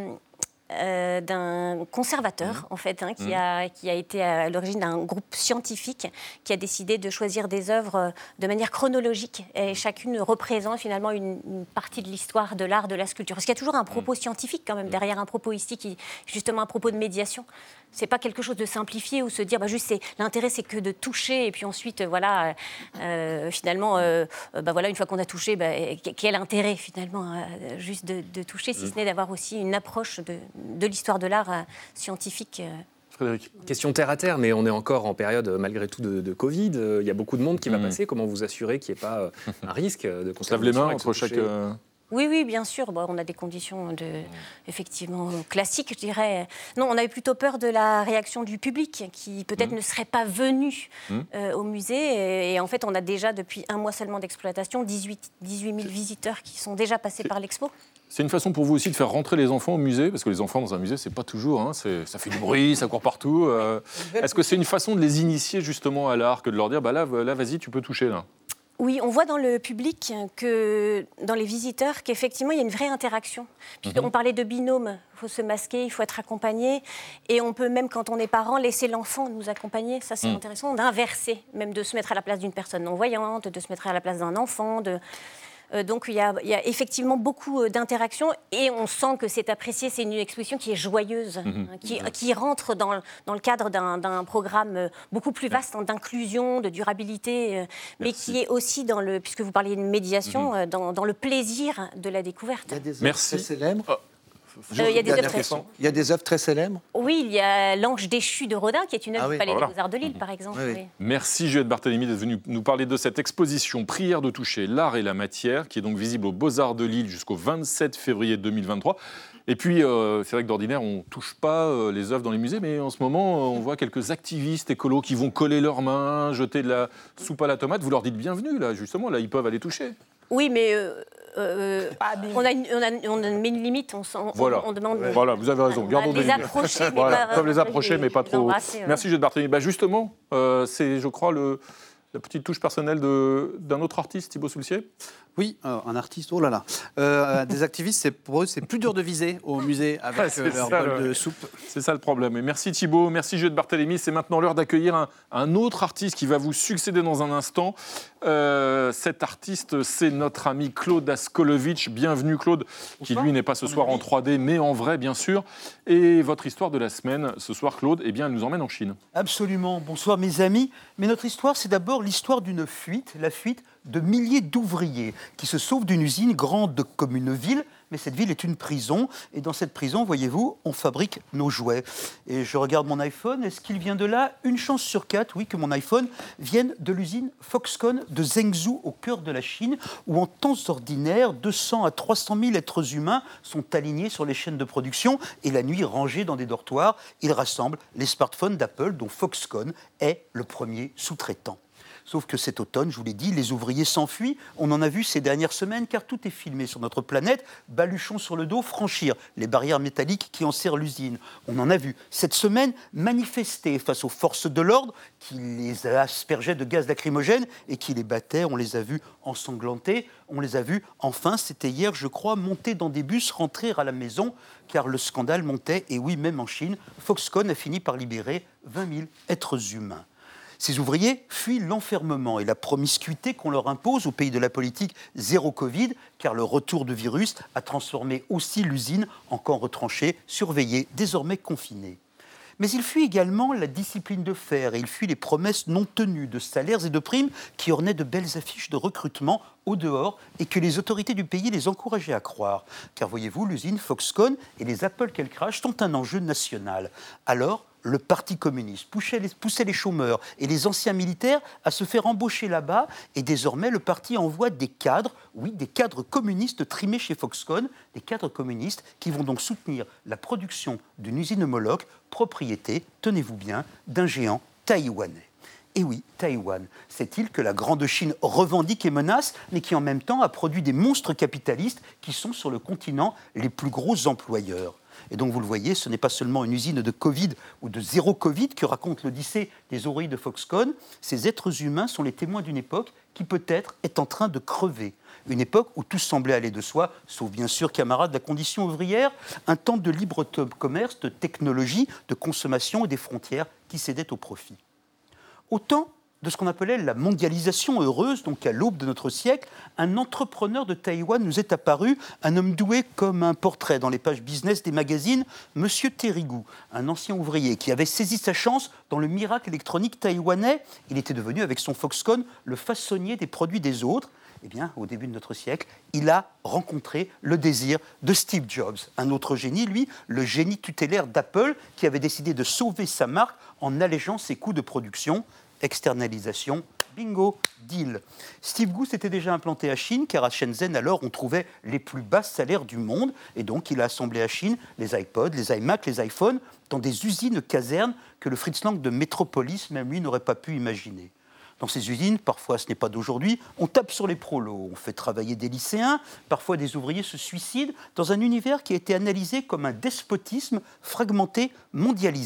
d'un conservateur, en fait, qui a été à l'origine d'un groupe scientifique qui a décidé de choisir des œuvres de manière chronologique et chacune représente finalement une partie de l'histoire de l'art, de la sculpture. Parce qu'il y a toujours un propos scientifique quand même derrière un propos ici qui est justement un propos de médiation. C'est pas quelque chose de simplifié ou se dire l'intérêt c'est que de toucher et puis ensuite finalement une fois qu'on a touché quel intérêt finalement juste de toucher si ce n'est d'avoir aussi une approche de l'histoire de l'art scientifique. Frédéric. Question terre à terre, mais on est encore en période malgré tout de Covid. Il y a beaucoup de monde qui va passer. Comment vous assurez qu'il n'y ait pas un risque de contamination? Lave les mains entre chaque... Oui, bien sûr. On a des conditions effectivement classiques, je dirais. Non, on avait plutôt peur de la réaction du public qui peut-être ne serait pas venu au musée. Et en fait, on a déjà, depuis un mois seulement d'exploitation, 18 000 visiteurs qui sont déjà passés par l'expo. C'est une façon pour vous aussi de faire rentrer les enfants au musée, parce que les enfants dans un musée, c'est pas toujours, ça fait du bruit, ça court partout. Est-ce que c'est une façon de les initier justement à l'art que de leur dire, là, vas-y, tu peux toucher là? Oui, on voit dans le public, dans les visiteurs, qu'effectivement, il y a une vraie interaction. Puisqu'on parlait de binôme, il faut se masquer, il faut être accompagné. Et on peut même, quand on est parent, laisser l'enfant nous accompagner. Ça, c'est intéressant, d'inverser, même de se mettre à la place d'une personne non-voyante, de se mettre à la place d'un enfant, donc il y a effectivement beaucoup d'interactions et on sent que c'est apprécié, c'est une exposition qui est joyeuse, qui rentre dans le cadre d'un programme beaucoup plus vaste d'inclusion, de durabilité, mais qui est aussi, puisque vous parliez de médiation, dans le plaisir de la découverte. Il y a des œuvres très célèbres. Il y a des œuvres très célèbres. Oui, il y a L'Ange déchu de Rodin, qui est une œuvre du Palais des Beaux-Arts de Lille, par exemple. Oui. Merci Juliette Barthélémy d'être venue nous parler de cette exposition Prière de toucher l'art et la matière, qui est donc visible aux Beaux-Arts de Lille jusqu'au 27 février 2023. Et puis, c'est vrai que d'ordinaire, on ne touche pas les œuvres dans les musées, mais en ce moment, on voit quelques activistes écolos qui vont coller leurs mains, jeter de la soupe à la tomate. Vous leur dites bienvenue, là, justement, là, ils peuvent aller toucher. Oui, mais on a une limite, on demande... Voilà, vous avez raison. Gardons les approcher, mais voilà, peuvent les approcher, mais pas trop. Merci Juliette Barthélémy. Justement, c'est, je crois, la petite touche personnelle d'un autre artiste, Thibaut Soulcier. Oui, un artiste, oh là là. Des activistes, pour eux, c'est plus dur de viser au musée avec leur bol de soupe. C'est ça le problème. Et merci Thibaut, merci Juliette Barthélémy. C'est maintenant l'heure d'accueillir un autre artiste qui va vous succéder dans un instant. Cet artiste, c'est notre ami Claude Askolovitch. Bienvenue Claude, qui lui n'est pas ce soir en 3D, mais en vrai bien sûr. Et votre histoire de la semaine, ce soir Claude, eh bien, elle nous emmène en Chine. Absolument. Bonsoir mes amis. Mais notre histoire, c'est d'abord l'histoire d'une fuite, la fuite de milliers d'ouvriers qui se sauvent d'une usine grande comme une ville, mais cette ville est une prison. Et dans cette prison, voyez-vous, on fabrique nos jouets. Et je regarde mon iPhone, est-ce qu'il vient de là? Une chance sur 4, oui, que mon iPhone vienne de l'usine Foxconn de Zhengzhou, au cœur de la Chine, où en temps ordinaire, 200 à 300 000 êtres humains sont alignés sur les chaînes de production et la nuit rangés dans des dortoirs. Ils rassemblent les smartphones d'Apple, dont Foxconn est le premier sous-traitant. Sauf que cet automne, je vous l'ai dit, les ouvriers s'enfuient. On en a vu ces dernières semaines, car tout est filmé sur notre planète. Baluchons sur le dos, franchir les barrières métalliques qui enserrent l'usine. On en a vu cette semaine manifester face aux forces de l'ordre qui les aspergeaient de gaz lacrymogène et qui les battaient. On les a vus ensanglantés. On les a vus, enfin, c'était hier, je crois, monter dans des bus, rentrer à la maison, car le scandale montait. Et oui, même en Chine, Foxconn a fini par libérer 20 000 êtres humains. Ces ouvriers fuient l'enfermement et la promiscuité qu'on leur impose au pays de la politique zéro Covid, car le retour de virus a transformé aussi l'usine en camp retranché, surveillé, désormais confiné. Mais ils fuient également la discipline de fer et ils fuient les promesses non tenues de salaires et de primes qui ornaient de belles affiches de recrutement au dehors et que les autorités du pays les encourageaient à croire. Car voyez-vous, l'usine Foxconn et les Apple qu'elle crache sont un enjeu national. Alors, le Parti communiste poussait les chômeurs et les anciens militaires à se faire embaucher là-bas. Et désormais, le parti envoie des cadres, oui, des cadres communistes trimés chez Foxconn, des cadres communistes qui vont donc soutenir la production d'une usine homologue, propriété, tenez-vous bien, d'un géant taïwanais. Et oui, Taïwan, cette île que la Grande Chine revendique et menace, mais qui en même temps a produit des monstres capitalistes qui sont sur le continent les plus gros employeurs. Et donc, vous le voyez, ce n'est pas seulement une usine de Covid ou de zéro Covid que raconte l'Odyssée des ouvriers de Foxconn. Ces êtres humains sont les témoins d'une époque qui, peut-être, est en train de crever. Une époque où tout semblait aller de soi, sauf bien sûr, camarades, la condition ouvrière. Un temps de libre commerce, de technologie, de consommation et des frontières qui cédaient au profit. Autant de ce qu'on appelait la mondialisation heureuse, donc à l'aube de notre siècle, un entrepreneur de Taïwan nous est apparu, un homme doué comme un portrait dans les pages business des magazines, M. Terrigou, un ancien ouvrier qui avait saisi sa chance dans le miracle électronique taïwanais. Il était devenu, avec son Foxconn, le façonnier des produits des autres. Eh bien, au début de notre siècle, il a rencontré le désir de Steve Jobs, un autre génie, lui, le génie tutélaire d'Apple, qui avait décidé de sauver sa marque en allégeant ses coûts de production. Externalisation, bingo, deal. Steve Gu s'était déjà implanté à Chine, car à Shenzhen, alors, on trouvait les plus bas salaires du monde. Et donc, il a assemblé à Chine les iPods, les iMac, les iPhones, dans des usines casernes que le Fritz Lang de Metropolis, même lui, n'aurait pas pu imaginer. Dans ces usines, parfois ce n'est pas d'aujourd'hui, on tape sur les prolos, on fait travailler des lycéens, parfois des ouvriers se suicident, dans un univers qui a été analysé comme un despotisme fragmenté, mondialisé.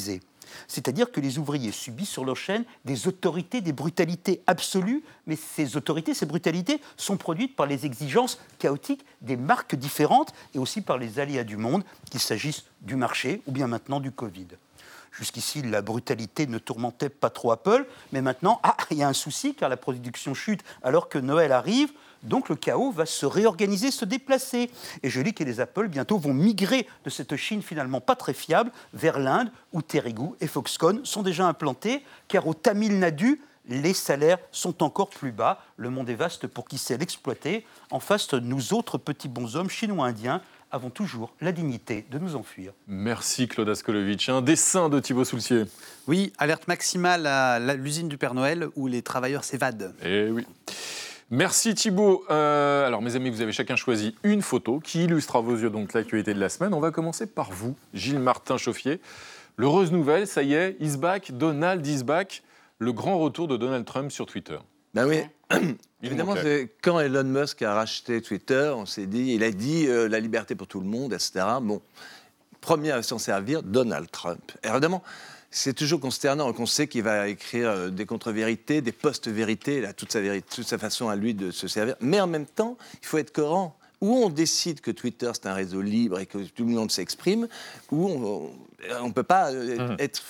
C'est-à-dire que les ouvriers subissent sur leur chaîne des autorités, des brutalités absolues, mais ces autorités, ces brutalités sont produites par les exigences chaotiques des marques différentes et aussi par les aléas du monde, qu'il s'agisse du marché ou bien maintenant du Covid. Jusqu'ici, la brutalité ne tourmentait pas trop Apple, mais maintenant, il y a un souci car la production chute alors que Noël arrive. Donc le chaos va se réorganiser, se déplacer. Et je lis que les Apple bientôt vont migrer de cette Chine finalement pas très fiable vers l'Inde où Telugu et Foxconn sont déjà implantés, car au Tamil Nadu, les salaires sont encore plus bas. Le monde est vaste pour qui sait l'exploiter. En face, nous autres petits bonshommes chinois-indiens avons toujours la dignité de nous enfuir. Merci Claude Askolovitch. Un dessin de Thibaut Soulcier. Oui, alerte maximale à l'usine du Père Noël où les travailleurs s'évadent. Eh oui. Merci Thibaut. Alors mes amis, vous avez chacun choisi une photo qui illustre à vos yeux donc l'actualité de la semaine. On va commencer par vous, Gilles Martin-Chauffier. L'heureuse nouvelle, ça y est, is back, Donald is back, le grand retour de Donald Trump sur Twitter. Ben oui. Évidemment, quand Elon Musk a racheté Twitter, on s'est dit, il a dit la liberté pour tout le monde, etc. Bon, premier à s'en servir, Donald Trump. Et évidemment, c'est toujours consternant qu'on sait qu'il va écrire des contre-vérités, des post-vérités, toute sa façon à lui de se servir. Mais en même temps, il faut être cohérent. Ou on décide que Twitter, c'est un réseau libre et que tout le monde s'exprime, ou on ne peut pas être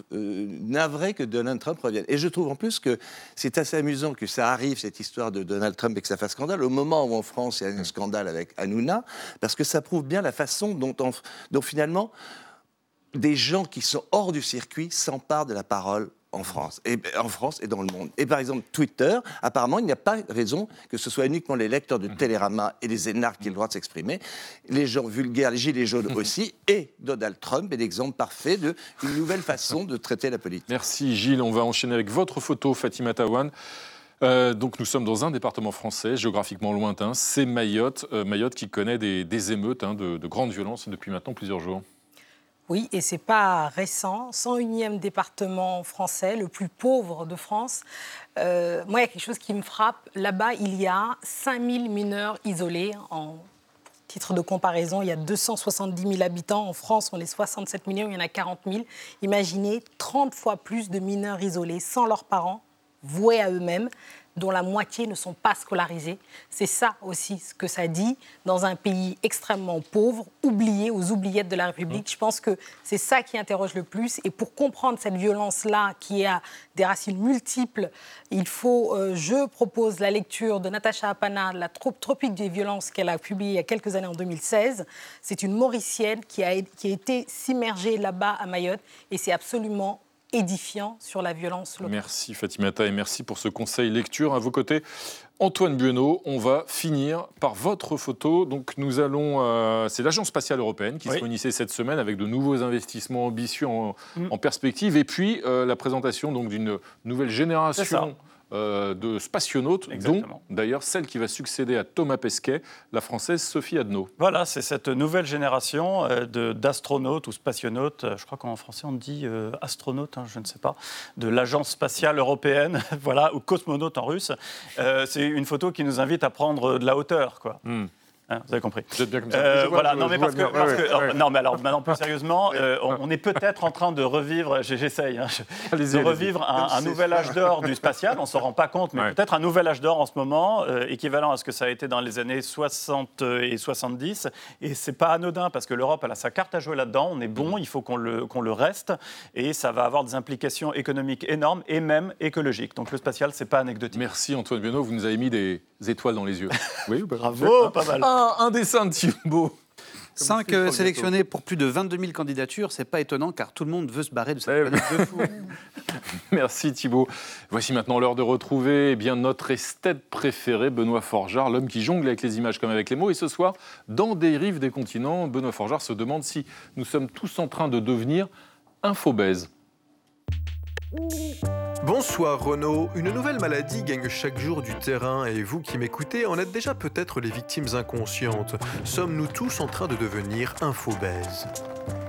navré que Donald Trump revienne. Et je trouve en plus que c'est assez amusant que ça arrive, cette histoire de Donald Trump, et que ça fasse scandale, au moment où en France, il y a un scandale avec Hanouna, parce que ça prouve bien la façon dont finalement, des gens qui sont hors du circuit s'emparent de la parole en France et dans le monde. Et par exemple, Twitter, apparemment, il n'y a pas raison que ce soit uniquement les lecteurs de Télérama et les énarques qui aient le droit de s'exprimer. Les gens vulgaires, les gilets jaunes aussi, et Donald Trump est l'exemple parfait d'une nouvelle façon de traiter la politique. Merci Gilles. On va enchaîner avec votre photo, Fatima Taouane. Donc nous sommes dans un département français, géographiquement lointain, c'est Mayotte. Mayotte qui connaît des émeutes de grande violence depuis maintenant plusieurs jours. Oui, et ce n'est pas récent. 101e département français, le plus pauvre de France. Moi, il y a quelque chose qui me frappe. Là-bas, il y a 5000 mineurs isolés. En titre de comparaison, il y a 270 000 habitants. En France, on est 67 millions, il y en a 40 000. Imaginez 30 fois plus de mineurs isolés, sans leurs parents, voués à eux-mêmes, dont la moitié ne sont pas scolarisés. C'est ça aussi ce que ça dit dans un pays extrêmement pauvre, oublié, aux oubliettes de la République. Je pense que c'est ça qui interroge le plus. Et pour comprendre cette violence-là, qui a des racines multiples, je propose la lecture de Natacha Apana, La Tropique des violences, qu'elle a publiée il y a quelques années, en 2016. C'est une Mauricienne qui a été s'immerger là-bas à Mayotte, et c'est absolument édifiant sur la violence locale. Merci Fatimata et merci pour ce conseil lecture. À vos côtés, Antoine Buenot, on va finir par votre photo. Donc nous allons, c'est l'Agence spatiale européenne qui se réunissait cette semaine avec de nouveaux investissements ambitieux en perspective, et puis la présentation donc d'une nouvelle génération de spationautes, dont d'ailleurs celle qui va succéder à Thomas Pesquet, la Française Sophie Adno. Voilà, c'est cette nouvelle génération d'astronautes ou spationautes, je crois qu'en français on dit astronautes, je ne sais pas, de l'Agence spatiale européenne, voilà, ou cosmonautes en russe. C'est une photo qui nous invite à prendre de la hauteur, quoi. Hein, vous avez compris. Vous êtes bien comme ça. Voilà, non mais non mais alors maintenant plus sérieusement, on est peut-être en train de revivre, j'essaye, de revivre un nouvel âge d'or du spatial. On s'en rend pas compte, mais peut-être un nouvel âge d'or en ce moment, équivalent à ce que ça a été dans les années 60 et 70. Et c'est pas anodin parce que l'Europe elle a sa carte à jouer là-dedans. On est bon, il faut qu'on le reste, et ça va avoir des implications économiques énormes et même écologiques. Donc le spatial, c'est pas anecdotique. Merci Antoine Buenot, vous nous avez mis des étoiles dans les yeux. Oui, bravo, pas mal. Un dessin de Thibaut. 5 sélectionnés pour plus de 22 000 candidatures, c'est pas étonnant car tout le monde veut se barrer de cette planète de fou. Merci Thibaut. Voici maintenant l'heure de retrouver notre esthète préféré, Benoît Forgeard, l'homme qui jongle avec les images comme avec les mots. Et ce soir, dans Des rives des continents, Benoît Forgeard se demande si nous sommes tous en train de devenir infobèses. Bonsoir Renaud, une nouvelle maladie gagne chaque jour du terrain et vous qui m'écoutez en êtes déjà peut-être les victimes inconscientes. Sommes-nous tous en train de devenir infobèses ?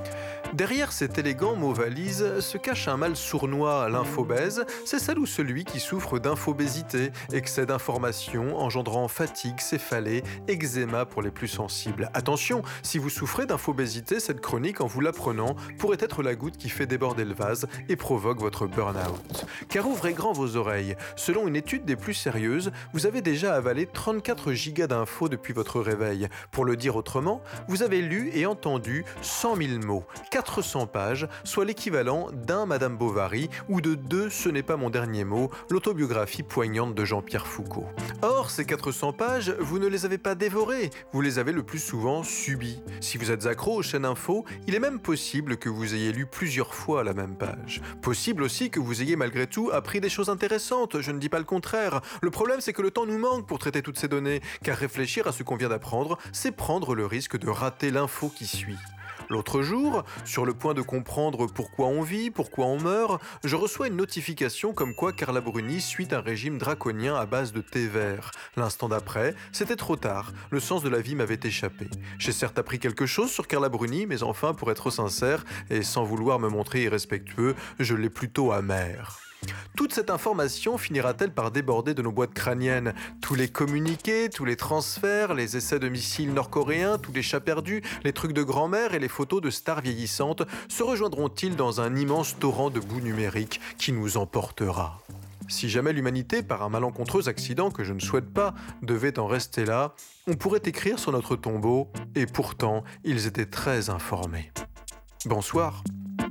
Derrière cet élégant mot valise se cache un mal sournois, l'infobèse. C'est celle ou celui qui souffre d'infobésité, excès d'information engendrant fatigue, céphalée, eczéma pour les plus sensibles. Attention, si vous souffrez d'infobésité, cette chronique, en vous l'apprenant, pourrait être la goutte qui fait déborder le vase et provoque votre burn-out. Car ouvrez grand vos oreilles. Selon une étude des plus sérieuses, vous avez déjà avalé 34 gigas d'infos depuis votre réveil. Pour le dire autrement, vous avez lu et entendu 100 000 mots, 400 pages, soit l'équivalent d'un Madame Bovary ou de 2 Ce n'est pas mon dernier mot, l'autobiographie poignante de Jean-Pierre Foucault. Or, ces 400 pages, vous ne les avez pas dévorées, vous les avez le plus souvent subies. Si vous êtes accro aux chaînes info, il est même possible que vous ayez lu plusieurs fois la même page. Possible aussi que vous ayez malgré tout appris des choses intéressantes, je ne dis pas le contraire. Le problème, c'est que le temps nous manque pour traiter toutes ces données, car réfléchir à ce qu'on vient d'apprendre, c'est prendre le risque de rater l'info qui suit. L'autre jour, sur le point de comprendre pourquoi on vit, pourquoi on meurt, je reçois une notification comme quoi Carla Bruni suit un régime draconien à base de thé vert. L'instant d'après, c'était trop tard, le sens de la vie m'avait échappé. J'ai certes appris quelque chose sur Carla Bruni, mais enfin, pour être sincère, et sans vouloir me montrer irrespectueux, je l'ai plutôt amer. Toute cette information finira-t-elle par déborder de nos boîtes crâniennes? Tous les communiqués, tous les transferts, les essais de missiles nord-coréens, tous les chats perdus, les trucs de grand-mère et les photos de stars vieillissantes se rejoindront-ils dans un immense torrent de boue numérique qui nous emportera? Si jamais l'humanité, par un malencontreux accident que je ne souhaite pas, devait en rester là, on pourrait écrire sur notre tombeau « Et pourtant, ils étaient très informés ». Bonsoir.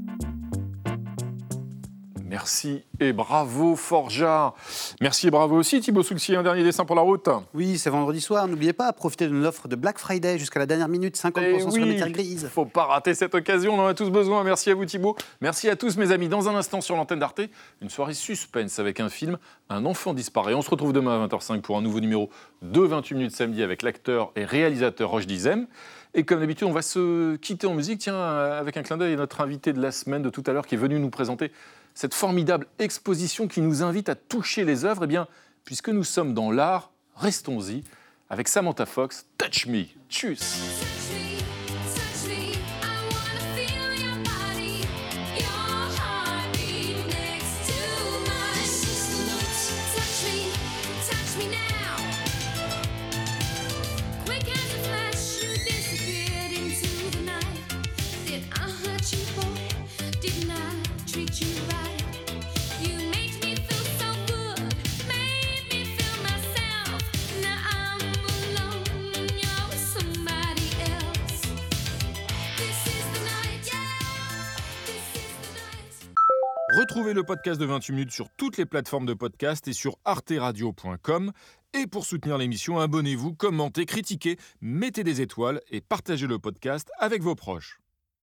Merci et bravo Forja. Merci et bravo aussi Thibaut Soulcier, un dernier dessin pour la route. Oui, c'est vendredi soir, n'oubliez pas, profitez de notre offre de Black Friday jusqu'à la dernière minute, 50% sur les matières grises. Faut pas rater cette occasion, on en a tous besoin. Merci à vous Thibaut, merci à tous mes amis. Dans un instant sur l'antenne d'Arte, une soirée suspense avec un film, Un enfant disparaît. On se retrouve demain à 20h05 pour un nouveau numéro de 28 minutes samedi avec l'acteur et réalisateur Roch Dizem. Et comme d'habitude, on va se quitter en musique, tiens, avec un clin d'œil à notre invité de la semaine de tout à l'heure qui est venu nous présenter cette formidable exposition qui nous invite à toucher les œuvres. Eh bien, puisque nous sommes dans l'art, restons-y avec Samantha Fox, Touch Me. Tchuss. Retrouvez le podcast de 28 minutes sur toutes les plateformes de podcast et sur arteradio.com. Et pour soutenir l'émission, abonnez-vous, commentez, critiquez, mettez des étoiles et partagez le podcast avec vos proches.